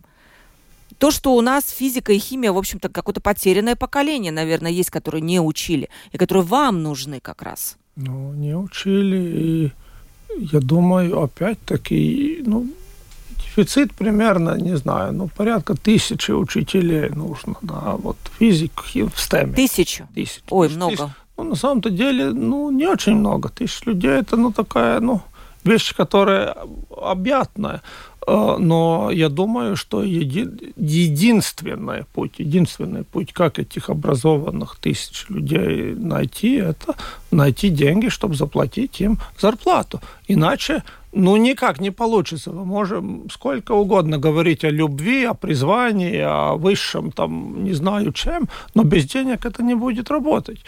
[SPEAKER 2] То, что у нас физика и химия, в общем-то, какое-то потерянное поколение, наверное, есть, которые не учили, и которые вам нужны как раз.
[SPEAKER 3] Ну, не учили, и я думаю, опять-таки, ну, дефицит примерно, не знаю, ну, порядка тысячи учителей нужно, да, вот физик в стеме.
[SPEAKER 2] Тысячу?
[SPEAKER 3] Тысячу.
[SPEAKER 2] Ой,
[SPEAKER 3] тысяч,
[SPEAKER 2] много.
[SPEAKER 3] Тысяч, ну, на самом-то деле, ну, не очень много. Тысяч людей, это, ну, такая, ну, вещь, которая объятная. Но я думаю, что еди... единственный путь, единственный путь, как этих образованных тысяч людей найти, это найти деньги, чтобы заплатить им зарплату. Иначе, ну, никак не получится. Мы можем сколько угодно говорить о любви, о призвании, о высшем, там, не знаю чем, но без денег это не будет работать.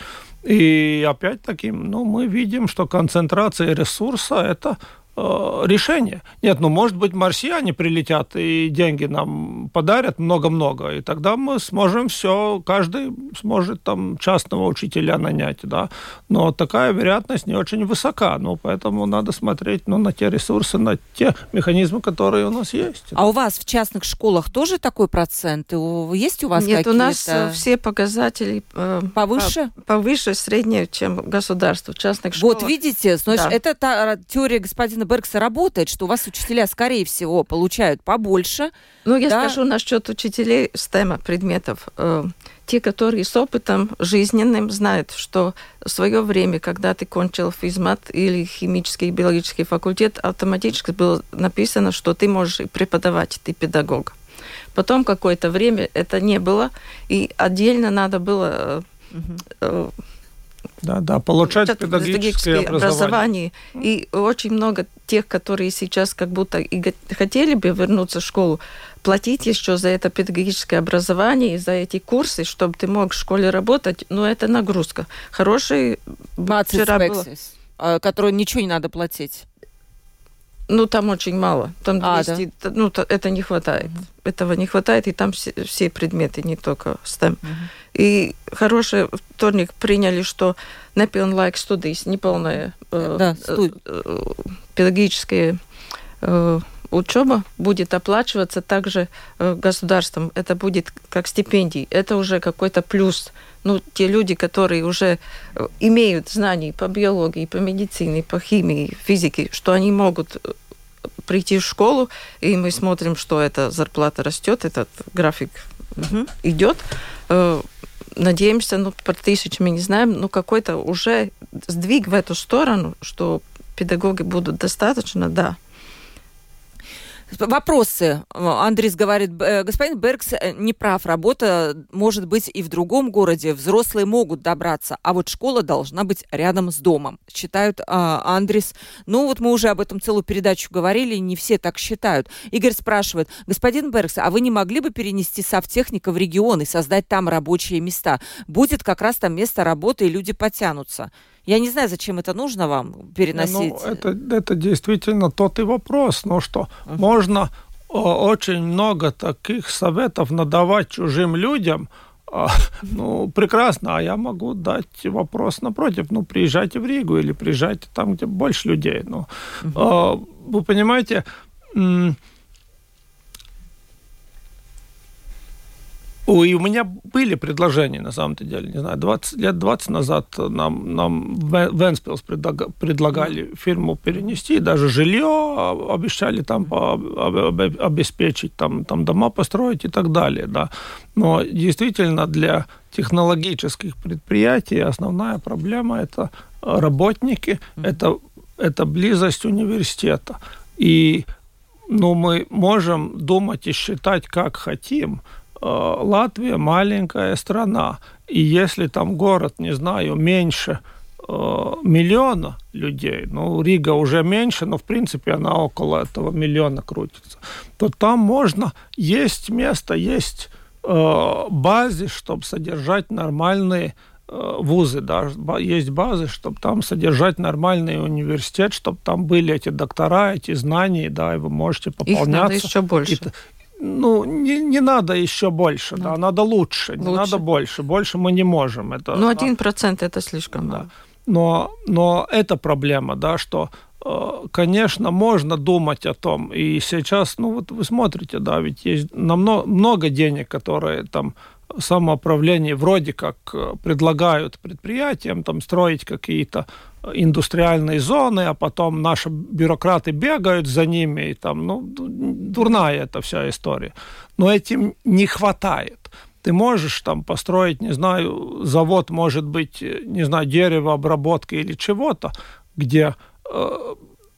[SPEAKER 3] И опять-таки, ну, мы видим, что концентрация ресурса – это решение. Нет, ну, может быть, марсиане прилетят и деньги нам подарят много-много, и тогда мы сможем все, каждый сможет там частного учителя нанять, да, но такая вероятность не очень высока, ну, поэтому надо смотреть, ну, на те ресурсы, на те механизмы, которые у нас есть.
[SPEAKER 2] А у вас в частных школах тоже такой процент? Есть у вас
[SPEAKER 4] Нет,
[SPEAKER 2] какие-то?
[SPEAKER 4] У нас все показатели э,
[SPEAKER 2] повыше?
[SPEAKER 4] По, повыше среднее, чем государство в частных школах.
[SPEAKER 2] Вот видите, значит,
[SPEAKER 4] да.
[SPEAKER 2] Это та теория господина Беркса работает, что у вас учителя, скорее всего, получают побольше.
[SPEAKER 4] Ну, я
[SPEAKER 2] да?
[SPEAKER 4] скажу насчет учителей стема предметов. Э, те, которые с опытом жизненным знают, что в свое время, когда ты кончил физмат или химический и биологический факультет, автоматически было написано, что ты можешь преподавать, ты педагог. Потом какое-то время это не было, и отдельно надо было... Э,
[SPEAKER 3] Да, да, получать педагогическое образование.
[SPEAKER 4] образование. И очень много тех, которые сейчас как будто и хотели бы вернуться в школу, платить еще за это педагогическое образование и за эти курсы, чтобы ты мог в школе работать, но это нагрузка. Хороший вчера было...
[SPEAKER 2] который ничего не надо платить.
[SPEAKER 4] Ну, там очень мало. Там двести,
[SPEAKER 2] а, да?
[SPEAKER 4] ну, это не хватает. Uh-huh. Этого не хватает, и там все, все предметы, не только STEM. Uh-huh. И хороший вторник приняли, что Nepilnlaika studijas, неполная э,
[SPEAKER 2] да,
[SPEAKER 4] э, э, педагогическая э, учеба будет оплачиваться также э, государством. Это будет как стипендии. Это уже какой-то плюс. Ну, те люди, которые уже имеют знания по биологии, по медицине, по химии, физике, что они могут прийти в школу, и мы смотрим, что эта зарплата растет, этот график угу. идет. Надеемся, ну, про тысячу мы не знаем, но какой-то уже сдвиг в эту сторону, что педагоги будут достаточно, да.
[SPEAKER 2] Вопросы. Андрис говорит, господин Беркс не прав, работа может быть и в другом городе, взрослые могут добраться, а вот школа должна быть рядом с домом, считают а, Андрис. Ну вот мы уже об этом целую передачу говорили, не все так считают. Игорь спрашивает, господин Беркс, а вы не могли бы перенести Совтехника в регион и создать там рабочие места? Будет как раз там место работы, и люди потянутся. Я не знаю, зачем это нужно вам переносить.
[SPEAKER 3] Ну, это, это действительно тот и вопрос. Ну что, uh-huh. можно о, очень много таких советов надавать чужим людям. А, ну, прекрасно, а я могу дать вопрос напротив. Ну, приезжайте в Ригу или приезжайте там, где больше людей. Ну, uh-huh. а, вы понимаете... М- И у меня были предложения, на самом-то деле, не знаю, двадцать лет двадцать назад нам, нам в Энспилс предлагали фирму перенести, даже жилье обещали там обеспечить, там, там дома построить и так далее, да. Но действительно для технологических предприятий основная проблема – это работники, mm-hmm. это, это близость университета. И ну, мы можем думать и считать, как хотим. Латвия маленькая страна, и если там город, не знаю, меньше э, миллиона людей, ну, Рига уже меньше, но, в принципе, она около этого миллиона крутится, то там можно, есть место, есть э, базы, чтобы содержать нормальные э, вузы, да, есть базы, чтобы там содержать нормальный университет, чтобы там были эти доктора, эти знания, да, и вы можете пополняться.
[SPEAKER 4] Их надо еще больше.
[SPEAKER 3] И, ну, не, не надо еще больше, да, да надо лучше, лучше, не надо больше. Больше мы не можем. Это,
[SPEAKER 4] ну, один процент это слишком
[SPEAKER 3] да.
[SPEAKER 4] мало.
[SPEAKER 3] Но, но это проблема, да, что, конечно, можно думать о том, и сейчас, ну, вот вы смотрите, да, ведь есть намного, много денег, которые там самоуправление вроде как предлагают предприятиям там строить какие-то индустриальные зоны, а потом наши бюрократы бегают за ними, и там, ну, дурная эта вся история. Но этим не хватает. Ты можешь там построить, не знаю, завод, может быть, не знаю, деревообработки или чего-то, где э,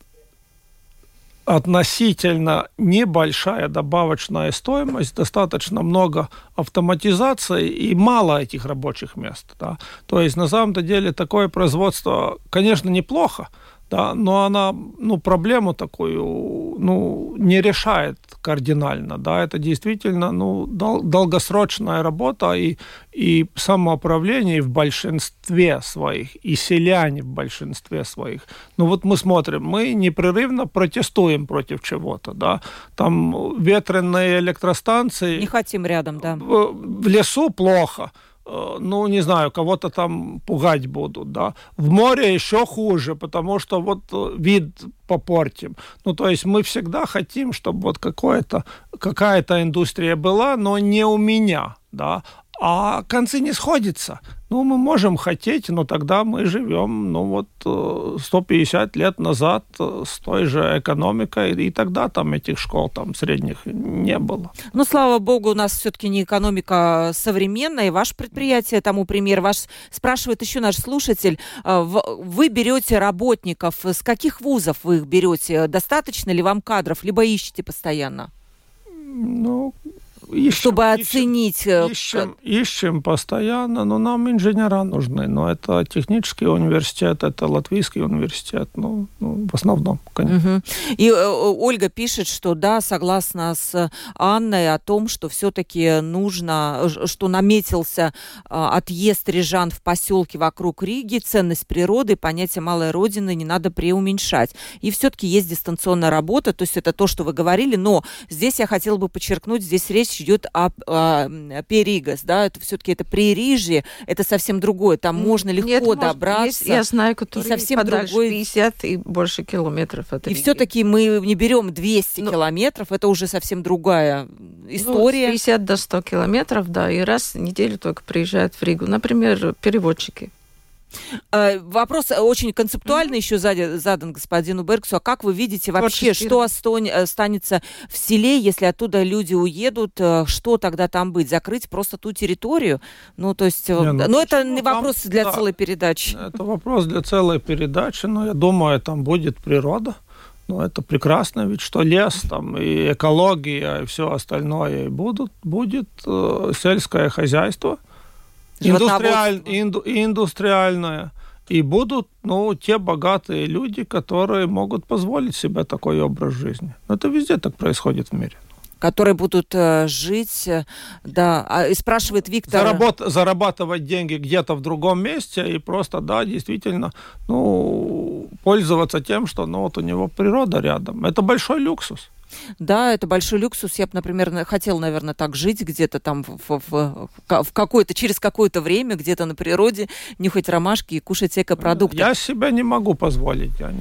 [SPEAKER 3] относительно небольшая добавочная стоимость, достаточно много автоматизации и мало этих рабочих мест. Да. То есть, на самом-то деле, такое производство, конечно, неплохо, да, но она, ну, проблему такую, ну, не решает кардинально, да, это действительно, ну, дол- долгосрочная работа, и, и самоуправление в большинстве своих, и селяне в большинстве своих. Ну, вот мы смотрим, мы непрерывно протестуем против чего-то, да, там ветряные электростанции...
[SPEAKER 2] Не хотим рядом, да.
[SPEAKER 3] В, в лесу плохо. Ну, не знаю, кого-то там пугать будут, да. В море еще хуже, потому что вот вид попортим. Ну, то есть мы всегда хотим, чтобы вот какое-то, какая-то индустрия была, но не у меня, да. А концы не сходятся. Ну, мы можем хотеть, но тогда мы живем, ну, вот сто пятьдесят лет назад с той же экономикой, и тогда там этих школ там средних не было.
[SPEAKER 2] Ну, слава богу, у нас все-таки не экономика современная, и ваше предприятие тому пример. Ваш спрашивает еще наш слушатель, вы берете работников, с каких вузов вы их берете? Достаточно ли вам кадров, либо ищете постоянно?
[SPEAKER 3] Ну... Ищем,
[SPEAKER 2] чтобы оценить...
[SPEAKER 3] Ищем, ищем постоянно, но нам инженера нужны. Но это технический университет, это латвийский университет, ну, ну в основном, конечно.
[SPEAKER 2] Угу. И э, Ольга пишет, что да, согласна с Анной о том, что все-таки нужно, что наметился э, отъезд рижан в поселки вокруг Риги, ценность природы, понятие малой родины не надо преуменьшать. И все-таки есть дистанционная работа, то есть это то, что вы говорили, но здесь я хотела бы подчеркнуть, здесь речь идет о, о, о Перигас, да, это все-таки это Пририжье, это совсем другое, там можно легко
[SPEAKER 4] Нет,
[SPEAKER 2] добраться.
[SPEAKER 4] Есть, я знаю, которые
[SPEAKER 2] совсем
[SPEAKER 4] подальше
[SPEAKER 2] другой...
[SPEAKER 4] пятьдесят и больше километров от
[SPEAKER 2] И
[SPEAKER 4] Риги.
[SPEAKER 2] все-таки мы не берем двести ну, километров, это уже совсем другая история.
[SPEAKER 4] Ну, с пятьдесят до ста километров, да, и раз в неделю только приезжают в Ригу. Например, переводчики.
[SPEAKER 2] Вопрос очень концептуальный mm-hmm. еще задан господину Берксу. А как вы видите вообще, что останется в селе, если оттуда люди уедут? Что тогда там быть? Закрыть просто ту территорию? Ну, то есть... Не, ну, ну это не вопрос там, для да, целой передачи.
[SPEAKER 3] Это вопрос для целой передачи, но я думаю, там будет природа. Ну, это прекрасно, ведь что лес, там, и экология, и все остальное, и будут, будет э, сельское хозяйство. Индустриаль... Инду... индустриальное. И будут, ну, те богатые люди, которые могут позволить себе такой образ жизни. Это везде так происходит в мире.
[SPEAKER 2] Которые будут э, жить, э, да, и спрашивает Виктор...
[SPEAKER 3] Заработ... Зарабатывать деньги где-то в другом месте и просто, да, действительно, ну, пользоваться тем, что, ну, вот у него природа рядом. Это большой люксус.
[SPEAKER 2] Да, это большой люксус. Я бы, например, хотела, наверное, так жить где-то там в, в, в какое-то, через какое-то время, где-то на природе, нюхать ромашки и кушать экопродукты.
[SPEAKER 3] Я себя не могу позволить. Я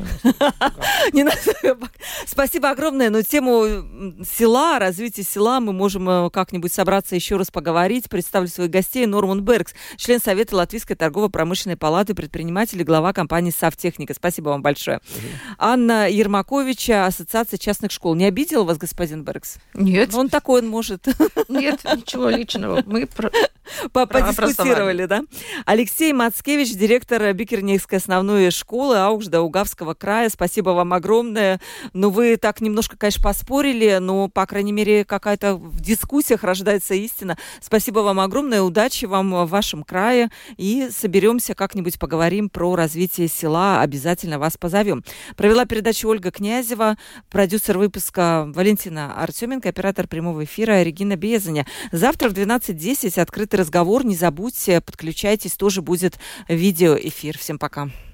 [SPEAKER 2] не Спасибо огромное. Но тему села, развития села мы можем как-нибудь собраться еще раз поговорить. Представлю своих гостей. Норман Беркс, член Совета Латвийской торгово-промышленной палаты предпринимателей, глава компании «Савтехника». Спасибо вам большое. Анна Ермакович, Ассоциация частных школ. Не обидел вас господин Беркс?
[SPEAKER 4] Нет.
[SPEAKER 2] Он такой, он может.
[SPEAKER 4] Нет, ничего личного. Мы про...
[SPEAKER 2] подискутировали, да? Алексей Мацкевич, директор Бикернейской основной школы Аукшда-Угавского края. Спасибо вам огромное. Ну, вы так немножко, конечно, поспорили, но, по крайней мере, какая-то в дискуссиях рождается истина. Спасибо вам огромное. Удачи вам в вашем крае. И соберемся, как-нибудь поговорим про развитие села. Обязательно вас позовем. Провела передачу Ольга Князева, продюсер выпуска Валентина Артеменко, оператор прямого эфира Регина Безаня. Завтра в двенадцать десять открытый разговор. Не забудьте, подключайтесь, тоже будет видеоэфир. Всем пока.